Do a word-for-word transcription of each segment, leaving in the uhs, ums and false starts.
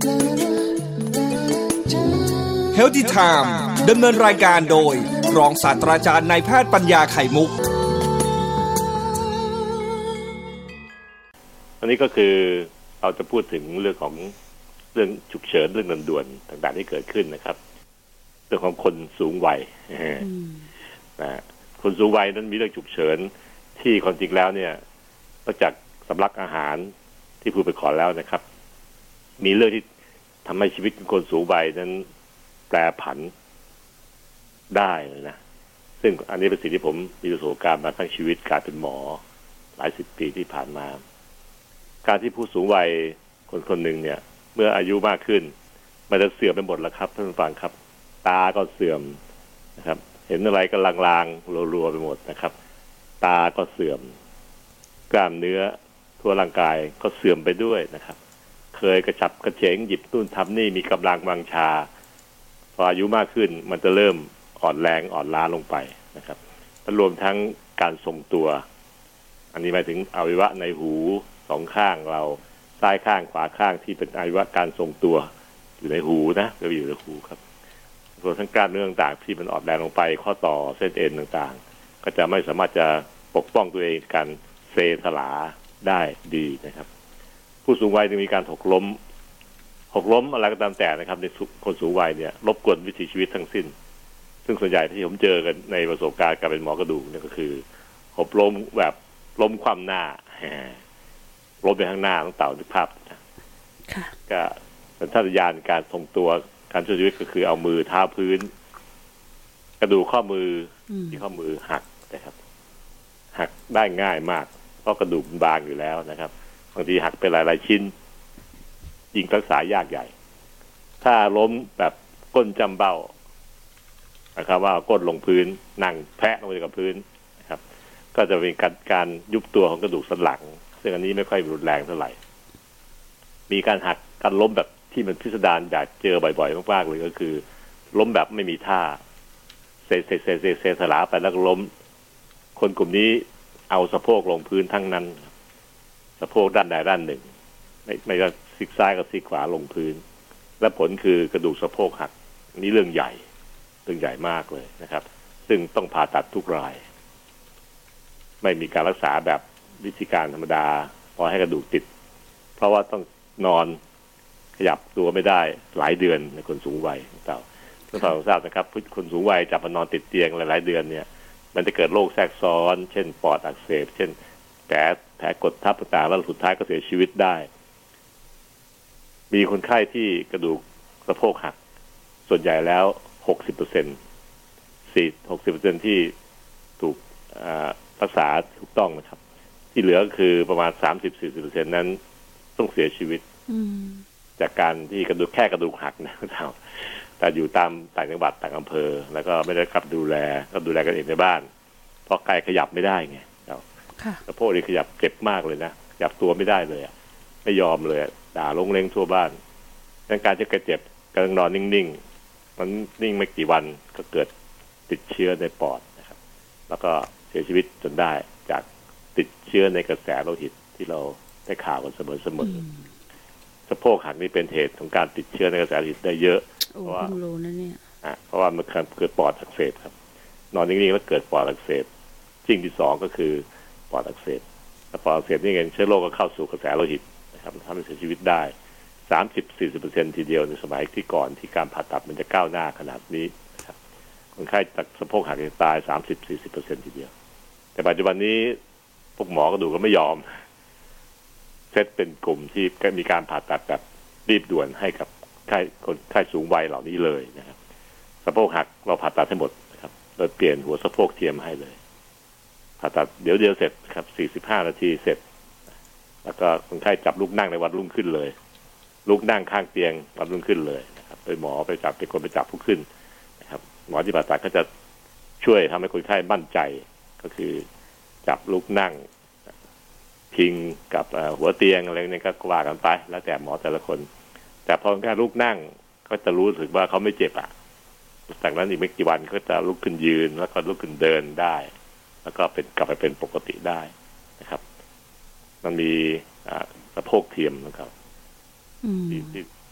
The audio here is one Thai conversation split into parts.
Healthy Time ดำเนินรายการโดยรองศาสตราจารย์นายแพทย์ปัญญาไข่มุกอันนี้ก็คือเราจะพูดถึงเรื่องของเรื่องฉุกเฉินเรื่องด่วนๆต่างๆที่เกิดขึ้นนะครับเรื่องของคนสูงวัยนะคนสูงวัยนั้นมีเรื่องฉุกเฉินที่ความจริงแล้วเนี่ยนอกจากสำลักอาหารที่พูดไปก่อนแล้วนะครับมีเรื่องที่ทำให้ชีวิตคนสูงวัยนั้นแปรผันได้เลยนะซึ่งอันนี้เป็นสิ่งที่ผมมีประสบการณ์มาทั้งชีวิตการเป็นหมอหลายสิบปีที่ผ่านมาการที่ผู้สูงวัยคนคนหนึ่งเนี่ยเมื่ออายุมากขึ้นมันจะเสื่อมไปหมดแล้วครับท่านผู้ฟังครับตาก็เสื่อมนะครับเห็นอะไรก็ลางๆรัวๆไปหมดนะครับตาก็เสื่อมกล้ามเนื้อทั่วร่างกายก็เสื่อมไปด้วยนะครับเคยกระฉับกระเฉงหยิบนู่นทำนี่มีกำลังวังชาพออายุมากขึ้นมันจะเริ่มอ่อนแรงอ่อนล้าลงไปนะครับรวมทั้งการทรงตัวอันนี้หมายถึงอวัยวะในหูสองข้างเราซ้ายข้างขวาข้างที่เป็นอวัยวะการทรงตัวอยู่ในหูนะก็อยู่ในหูครับรวมทั้งกล้ามเนื้อต่างๆที่มันอ่อนแรงลงไปข้อต่อเส้นเอ็นต่างๆก็จะไม่สามารถจะปกป้องตัวเองกันเซสลาได้ดีนะครับผู้สูงวัยจะมีการหกล้มหกล้มอะไรก็ตามแต่นะครับในคนสูงวัยเนี่ยรบกวนวิถีชีวิตทั้งสิ้นซึ่งส่วนใหญ่ที่ผมเจอกันในประสบการณ์การเป็นหมอกระดูกเนี่ยก็คือหกล้มแบบล้มคว่ำหน้าล้มไปข้างหน้าต้องเต่าในภาพนะก็สัญชาตญาณการทรงตัวการช่วยชีวิตก็คือเอามือเท้าพื้นกระดูกข้อมือที่ข้อมือหักนะครับหักได้ง่ายมากเพราะกระดูกบางอยู่แล้วนะครับบางทีหักเป็นหลายๆชิ้นยิ่งรักษายากใหญ่ถ้าล้มแบบก้นจำเบ้านะครับว่าก้นลงพื้นนั่งแพะลงไปกับพื้นนะครับก็จะเป็นการการยุบตัวของกระดูกสันหลังซึ่งอันนี้ไม่ค่อยรุนแรงเท่าไหร่มีการหักการล้มแบบที่มันพิสดารอยากเจอบ่อยๆมากๆเลยก็คือล้มแบบไม่มีท่าเซเซเซเซเซสลาไปแล้วล้มคนกลุ่มนี้เอาสะโพกลงพื้นทั้งนั้นสะโพกด้านใดด้านหนึ่งไม่ไม่ก็ซีกซ้ายกับซีกขวาลงพื้นและผลคือกระดูกสะโพกหักนี่เรื่องใหญ่เรื่องใหญ่มากเลยนะครับซึ่งต้องผ่าตัดทุกรายไม่มีการรักษาแบบวิธีการธรรมดาพอให้กระดูกติดเพราะว่าต้องนอนขยับตัวไม่ได้หลายเดือนในคนสูงวัยเจ้าท่านผู้ทราบนะครับคนสูงวัยจับมานอนติดเตียงหลายๆเดือนเนี่ยมันจะเกิดโรคแทรกซ้อนเช่นปอดอักเสบเช่นแผลแผลกดทับต่างๆแล้วสุดท้ายก็เสียชีวิตได้มีคนไข้ที่กระดูกสะโพกหักส่วนใหญ่แล้ว หกสิบเปอร์เซ็นต์ สี่ หกสิบเปอร์เซ็นต์ ที่ถูกรักษาถูกต้องนะครับที่เหลือก็คือประมาณ สามสิบถึงสี่สิบเปอร์เซ็นต์ นั้นต้องเสียชีวิตจากการที่กระดูกแค่กระดูกหักนะครับแต่อยู่ตามต่างจังหวัดต่างอำเภอแล้วก็ไม่ได้กลับดูแลก็ดูแลกันเองในบ้านเพราะกายขยับไม่ได้ไงสะโพกนี่ขยับเจ็บมากเลยนะขยับตัวไม่ได้เลยไม่ยอมเลยด่าลงเล้งทั่วบ้านดังการจะกระเจ็บกำลังนอนนิ่งๆมันนิ่งไม่กี่วันก็เกิดติดเชื้อในปอดนะครับแล้วก็เสียชีวิตจนได้จากติดเชื้อในกระแสโลหิตที่เราได้ข่าวกันเสมอๆสะโพกหักนี่เป็นเหตุของการติดเชื้อในกระแสโลหิตได้เยอะเพราะว่าเพราะว่ามันเกิดปอดอักเสบครับนอนนิ่งๆแล้วเกิดปอดอักเสบสิ่งที่สองก็คือปอดอักเสบปอดอักเสบนี่เองเชื้อโรคก็เข้าสู่กระแสโลหิตนะครับทำให้เสียชีวิตได้ สามสิบถึงสี่สิบเปอร์เซ็นต์ ทีเดียวในสมัยที่ก่อนที่การผ่าตัดมันจะก้าวหน้าขนาดนี้นะครับคนไข้จากสะโพกหักจะตาย สามสิบถึงสี่สิบเปอร์เซ็นต์ ทีเดียวแต่ปัจจุบันนี้พวกหมอกระดูกก็ไม่ยอมเซตเป็นกลุ่มที่มีการผ่าตัดแบบรีบด่วนให้กับไข้คนไข้สูงวัยเหล่านี้เลยนะครับสะโพกหักเราผ่าตัดให้หมดนะครับโดยเปลี่ยนหัวสะโพกเทียมให้เลยผ่าตัดเดี๋ยวเดียวเสร็จครับสี่สิบห้านาทีเสร็จแล้วก็คนไข้จับลุกนั่งในวันรุ่งขึ้นเลยลุกนั่งข้างเตียงวันรุ่งขึ้นเลยนะครับโดยหมอไปจับเป็นคนไปจับผู้ขึ้นนะครับหมอที่ผ่าตัดก็จะช่วยทำให้คนไข้มั่นใจก็คือจับลุกนั่งพิงกับหัวเตียงอะไรนี่ก็ว่ากันไปแล้วแต่หมอแต่ละคนแต่พอคนไข้ลุกนั่งก็จะรู้สึกว่าเขาไม่เจ็บอ่ะจากนั้นอีกไม่กี่วันก็จะลุกขึ้นยืนแล้วก็ลุกขึ้นเดินได้แล้วก็เป็นกลับไปเป็นปกติได้นะครับมันมีสะโพกเทียมนะครับที่ที่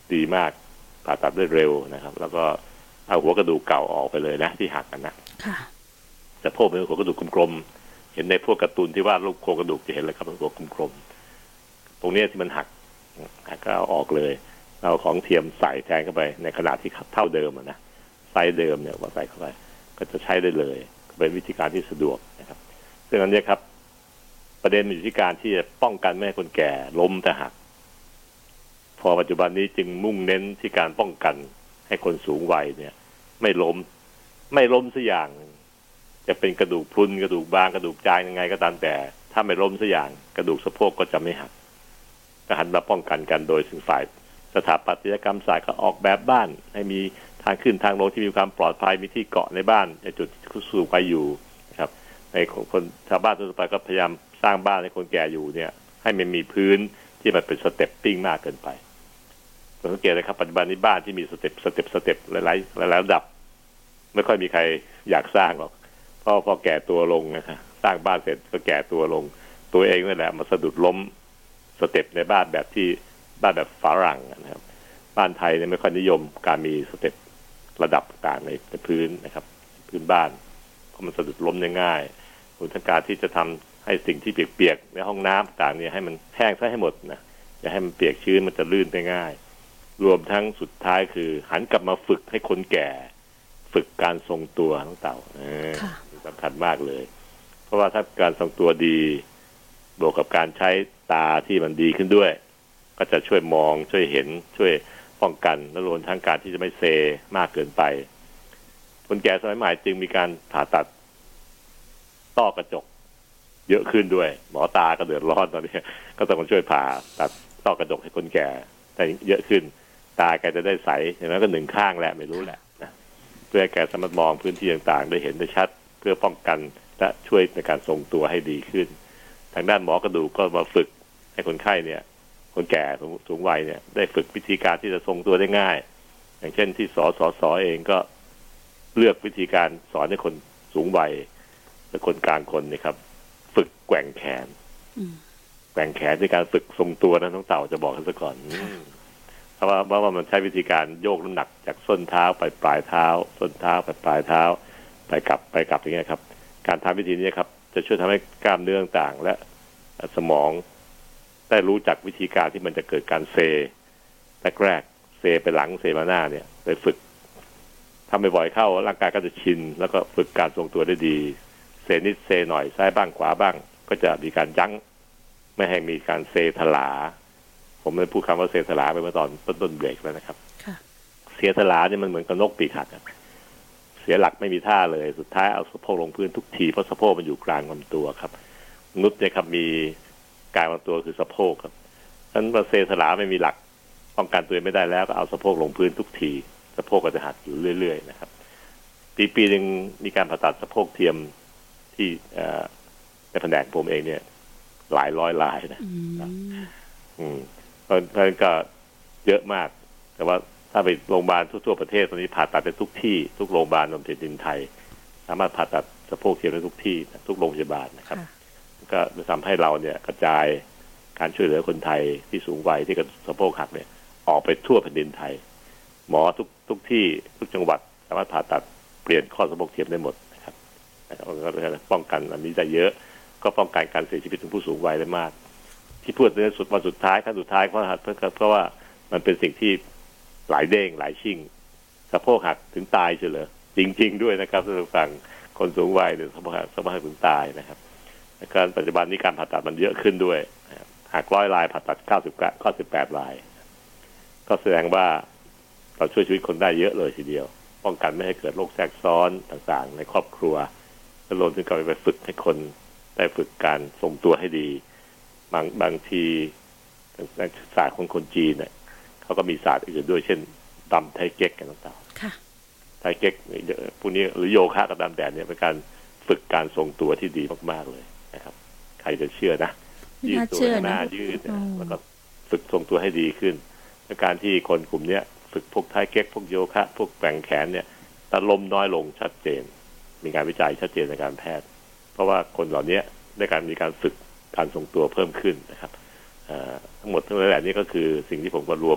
ดีมากผ่าตัดได้เร็วนะครับแล้วก็เอาหัวกระดูกเก่าออกไปเลยนะที่หักกันนะแต่พวกเป็นหัวกระดูกกลมๆเห็นในพวกการ์ตูนที่วาดรูปโครงกระดูกจะเห็นเลยครับเป็นหัวกลมๆตรงนี้ที่มันหักหักก็เอาออกเลยเอาของเทียมใส่แทนเข้าไปในขนาดที่เท่าเดิมนะไซส์เดิมเนี่ยว่าใส่เข้าไปก็จะใช้ได้เลยเป็นวิธีการที่สะดวกนะครับซึ่งอันนี้ครับประเด็นอยู่ที่การที่จะป้องกันไม่ให้คนแก่ล้มแต่หักพอปัจจุบันนี้จึงมุ่งเน้นที่การป้องกันให้คนสูงวัยเนี่ยไม่ล้มไม่ล้มสักอย่างจะเป็นกระดูกพรุนกระดูกบางกระดูกจางยังไงก็ตามแต่ถ้าไม่ล้มสักอย่างกระดูกสะโพกก็จะไม่หักก็หันมาป้องกันกันโดยซึ่งฝ่ายสถาปัตยกรรมศาสตร์ก็ออกแบบบ้านให้มีทางขึ้นทางลงที่มีความปลอดภัยมีที่เกาะในบ้านในจุดที่สูงไปอยู่นะครับในคนชาวบ้านทั่วไปก็พยายามสร้างบ้านให้คนแก่อยู่เนี่ยให้มันมีพื้นที่มันเป็นสเต็ปปิ้งมากเกินไปสังเกตเลยครับปัจจุบันนี้บ้านที่มีสเต็ปสเต็ปสเต็ปหลายๆหลายๆระดับไม่ค่อยมีใครอยากสร้างหรอกเพราะพอแก่ตัวลงนะครับสร้างบ้านเสร็จก็แก่ตัวลงตัวเองนั่นแหละมาสะดุดล้มสเต็ปในบ้านแบบที่บ้านแบบฝรั่งนะครับบ้านไทยเนี่ยไม่ค่อยนิยมการมีสเต็ประดับต่างในพื้นนะครับพื้นบ้านเพราะมันสะดุดล้มง่ายๆคุณต้องการที่จะทำให้สิ่งที่เปียกๆในห้องน้ำต่างเนี่ยให้มันแห้งซะให้หมดนะอย่าให้มันเปียกชื้นมันจะลื่นได้ง่ายรวมทั้งสุดท้ายคือหันกลับมาฝึกให้คนแก่ฝึกการทรงตัวทั้งเต่าสำคัญมากเลยเพราะว่าถ้าการทรงตัวดีบวกกับการใช้ตาที่มันดีขึ้นด้วยก็จะช่วยมองช่วยเห็นช่วยป้องกันและรวมทั้งการที่จะไม่เซมากเกินไปคนแก่สมัยใหม่จึงมีการผ่าตัดต้อกระจกเยอะขึ้นด้วยหมอตาก็เดือดร้อนตอนนี้ก็ต้องมาช่วยผ่าตัดต้อกระจกให้คนแก่แต่เยอะขึ้นตาแกจะได้ใสอย่างนั้นก็หนึ่งข้างแหละไม่รู้แหละนะเพื่อแกสามารถมองพื้นที่ต่างๆได้เห็นได้ชัดเพื่อป้องกันและช่วยในการทรงตัวให้ดีขึ้นทางด้านหมอกระดูกก็มาฝึกให้คนไข้เนี่ยคนแก่สูงวัยเนี่ยได้ฝึกวิธีการที่จะทรงตัวได้ง่ายอย่างเช่นที่สสสเองก็เลือกวิธีการสอนให้คนสูงวัยและคนกลางคนนี่ครับฝึกแกว่งแขนแกว่งแขนในการฝึกทรงตัวนะน้องเต่าจะบอกกันซะก่อนเพราะว่าเพราะว่ามันใช้วิธีการโยกน้ำหนักจากส้นเท้าไปปลายเท้าส้นเท้าไปปลายเท้าไปกลับไปกลับอย่างเงี้ยครับการทำวิธีนี้ครับจะช่วยทำให้กล้ามเนื้อต่างๆและสมองได้รู้จักวิธีการที่มันจะเกิดการเซแรกๆเซไปหลังเซมาหน้าเนี่ยไปฝึกทำบ่อยๆเข้าร่างกายก็จะชินแล้วก็ฝึกการทรงตัวได้ดีเซนิดเซหน่อยซ้ายบ้างขวาบ้างก็จะมีการยั้งไม่ให้มีการเซถลาผมได้พูดคำว่าเซถลาไปเมื่อตอนต้นๆเบรกแล้วนะครับเสียถลาเนี่ยมันเหมือนกับนกปีกหักเสียหลักไม่มีท่าเลยสุดท้ายเอาสะโพกลงพื้นทุกทีเพราะสะโพกมันอยู่กลางลำตัวครับมนุษย์เนี่ยครับมีกลางลำตัวคือสะโพกครับฉะนั้นพอเซถลาไม่มีหลักป้องกันตัวไม่ได้แล้วก็เอาสะโพกลงพื้นทุกทีสะโพกก็จะหักอยู่เรื่อยๆนะครับปีปีนึงมีการผ่าตัดสะโพกเทียมที่ในแผนกผมเองเนี่ยหลายร้อยรายนะอืมเพราะฉะนั้นก็เยอะมากแต่ว่าถ้าไปโรงพยาบาลทั่วๆประเทศตอนนี้ผ่าตัดได้ทุกที่ทุกโรงพยาบาลรวมถึงดินไทยสามารถผ่าตัดสะโพกเทียมได้ทุกที่ทุกโรงพยาบาลนะครับก็จะทำให้เราเนี่ยกระจายการช่วยเหลือคนไทยที่สูงวัยที่กับสะโพกหักเนี่ยออกไปทั่วแผ่นดินไทยหมอทุกทุกที่ทุกจังหวัดสามารถผ่าตัดเปลี่ยนข้อสะโพกเทียมได้หมดนะครับก็จะป้องกันอันนี้ได้เยอะก็ป้องกันการเสียชีวิตของผู้สูงวัยได้มากที่พูดในสุดวันสุดท้ายขั้นสุดท้ายเพราะเพราะว่ามันเป็นสิ่งที่หลายเด้งหลายชิ่งสะโพกหักถึงตายเฉลยจริงๆด้วยนะครับท่านผู้ฟังคนสูงวัยเนี่ยสะโพกหักสะโพกหักถึงตายนะครับการปัจจุบันนี้การผ่าตัดมันเยอะขึ้นด้วยหากร้อยรายผ่าตัดเก้าสิบเก้าสิบแปดรายก็แสดงว่าเราช่วยชีวิตคนได้เยอะเลยทีเดียวป้องกันไม่ให้เกิดโรคแทรกซ้อนต่างๆในครอบครัวและรวมถึงการไปฝึกให้คนได้ฝึกการทรงตัวให้ดีบางบางทีนักศึกษาคนคนจีนเนี่ยเขาก็มีศาสตร์อื่นด้วยเช่นดำไทเก๊กกันต่างๆไทเก๊กพวกนี้หรือโยคะกับดำแดดเนี่ยเป็นการฝึกการทรงตัวที่ดีมากๆเลยนะครับใครจะเชื่อนะยืดตัวหน้ายืดแล้วก็ฝึกทรงตัวให้ดีขึ้นในการที่คนกลุ่มนี้ฝึกพวกไทเก๊กพวกโยคะพวกแกว่งแขนเนี่ยตะลมน้อยลงชัดเจนมีการวิจัยชัดเจนในการแพทย์เพราะว่าคนเหล่านี้ได้การมีการฝึกการทรงตัวเพิ่มขึ้นนะครับทั้งหมดทั้งหลายนี้ก็คือสิ่งที่ผมก็รวม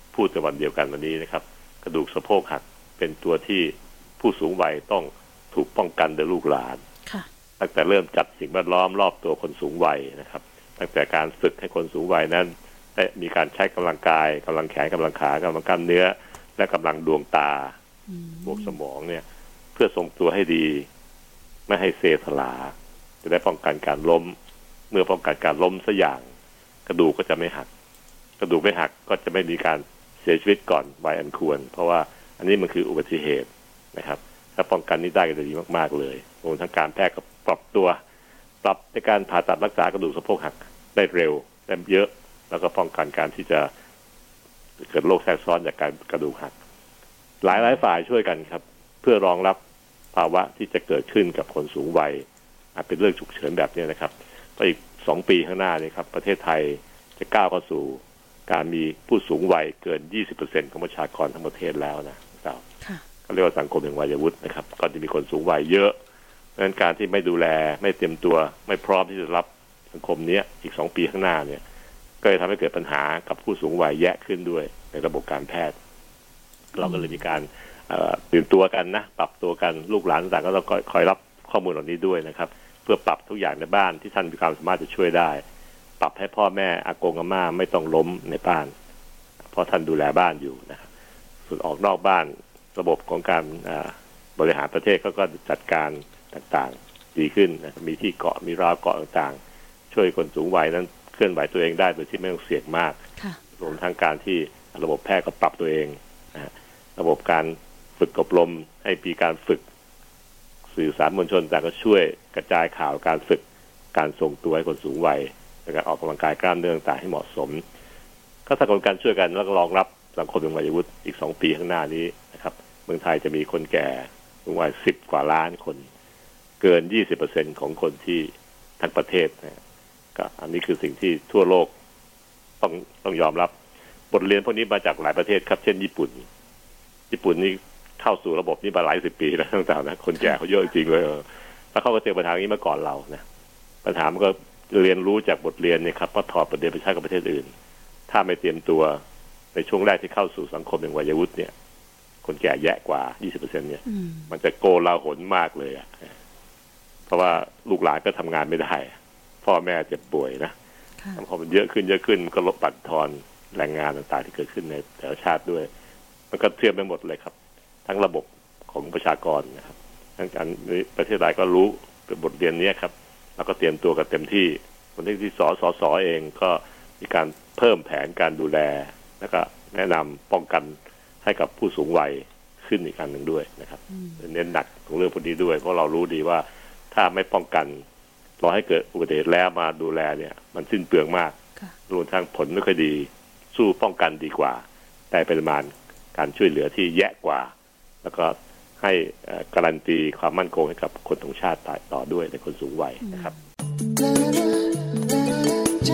พูดในวันเดียวกันวันนี้นะครับกระดูกสะโพกหักเป็นตัวที่ผู้สูงวัยต้องถูกป้องกันโดยลูกหลานตั้งแต่เริ่มจัดสิ่งแวดล้อมรอบตัวคนสูงวัยนะครับตั้งแต่การฝึกให้คนสูงวัยนั้นได้มีการใช้กำลังกายกำลังแขนกำลังขากำลังกล้ามเนื้อและกำลังดวงตาพวกสมองเนี่ยเพื่อทรงตัวให้ดีไม่ให้เซสลาจะได้ป้องกันการล้มเมื่อป้องกันการล้มสักอย่างกระดูกก็จะไม่หักกระดูกไม่หักก็จะไม่มีการเสียชีวิตก่อนวัยอันควรเพราะว่าอันนี้มันคืออุบัติเหตุนะครับถ้าป้องกันนี้ได้ก็จะดีมากๆเลยรวมทั้งการแพทย์ก็ปรับตัวปรับในการผ่าตัดรักษากระดูกสะโพกหักได้เร็วได้เยอะแล้วก็ป้องกันการที่จะเกิดโรคแทรกซ้อนจากการกระดูกหักหลายหลายฝ่ายช่วยกันครับเพื่อรองรับภาวะที่จะเกิดขึ้นกับคนสูงวัยอาจเป็นเรื่องฉุกเฉินแบบนี้นะครับก็อีกสองปีข้างหน้านี้ครับประเทศไทยจะก้าวเข้าสู่การมีผู้สูงวัยเกิน ยี่สิบเปอร์เซ็นต์ ของประชากรทั้งประเทศแล้วนะครับเขาเรียกว่าสังคมแห่งวัยวุฒินะครับก็จะมีคนสูงวัยเยอะเพราะฉะนั้นการที่ไม่ดูแลไม่เตรียมตัวไม่พร้อมที่จะรับสังคมนี้อีกสองปีข้างหน้าเนี่ยก็จะทำให้เกิดปัญหากับผู้สูงวัยแยะขึ้นด้วยในระบบการแพทย์เราก็เลยมีการตื่นตัวกันนะปรับตัวกันลูกหลานต่างๆก็ต้องคอยรับข้อมูลเหล่านี้ด้วยนะครับเพื่อปรับทุกอย่างในบ้านที่ท่านมีความสามารถจะช่วยได้ปรับให้พ่อแม่อากงอาม่าไม่ต้องล้มในบ้านเพราะท่านดูแลบ้านอยู่นะครับส่วนออกนอกบ้านระบบของการบริหารประเทศก็ก็จัดการต่างๆดีขึ้นนะมีที่เกาะมีราวเกาะต่างๆช่วยคนสูงวัยนั้นเคลื่อนไหวตัวเองได้โดยที่ไม่ต้องเสี่ยงมากรวมทั้งการที่ระบบแพทย์ก็ปรับตัวเองนะระบบการฝึกอบรมให้มีการฝึกสื่อสารมวลชนต่างก็ช่วยกระจายข่าวการฝึกการทรงตัวให้คนสูงวัยในการออกกำลังกายกล้ามเนื้อต่างๆให้เหมาะสมก็ถ้าคนการช่วยกันแล้วก็รองรับสังคมเป็นวัยวุฒิอีกสองปีข้างหน้านี้นะครับเมืองไทยจะมีคนแก่สูงวัยสิบกว่าล้านคนเกิน ยี่สิบเปอร์เซ็นต์ ของคนที่ทั้งประเทศนะก็อันนี้คือสิ่งที่ทั่วโลกต้องต้องยอมรับบทเรียนพวกนี้มาจากหลายประเทศครับเช่นญี่ปุ่นญี่ปุ่นนี่เข้าสู่ระบบนี้มาหลายสิบปีแล้วต่างๆนะคนแก่เขาเยอะจริงเลยเออแล้วเขาก็เจอปัญหานี้มาก่อนเรานะปัญหามันก็เรียนรู้จากบทเรียนเนี่ยครับก็ถอดบทเรียนไปใช้กับประเทศอื่นถ้าไม่เตรียมตัวในช่วงแรกที่เข้าสู่สังคมเป็นวัยวุฒิเนี่ยคนแก่แย่กว่า ยี่สิบเปอร์เซ็นต์ เนี่ยมันจะโกลาหลมากเลยอ่ะเพราะว่าลูกหลานก็ทำงานไม่ได้พ่อแม่เจ็บป่วยนะพอมันเยอะขึ้นเยอะขึ้นก็ลดปัดทอนแรงงานต่างๆที่เกิดขึ้นในแต่ละชาติด้วยมันก็เทียมไปหมดเลยครับทั้งระบบของประชากรนะครับทั้งการประเทศไทยก็รู้เป็นบทเรียนนี้ครับแล้วก็เตรียมตัวกันเต็มที่คนที่ที่สสสเองก็มีการเพิ่มแผนการดูแลแล้วก็แนะนำป้องกันให้กับผู้สูงวัยขึ้นอีกครั้งหนึ่งด้วยนะครับเน้นหนักของเรื่องพวกนี้ด้วยเพราะเรารู้ดีว่าถ้าไม่ป้องกันรอให้เกิดอุบัติเหตุแล้วมาดูแลเนี่ยมันสิ้นเปลืองมากรวมทั้งผลไม่ค่อยดีสู้ป้องกันดีกว่าแต่ปริมาณการช่วยเหลือที่แย่กว่าแล้วก็ให้การันตีความมั่นคงให้กับคนของชาติต่อด้วยในคนสูงวัยนะครับ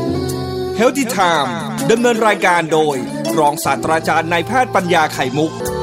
Healthy Time ดำเนินรายการโดยรองศาสตราจารย์นายแพทย์ปัญญาไข่มุก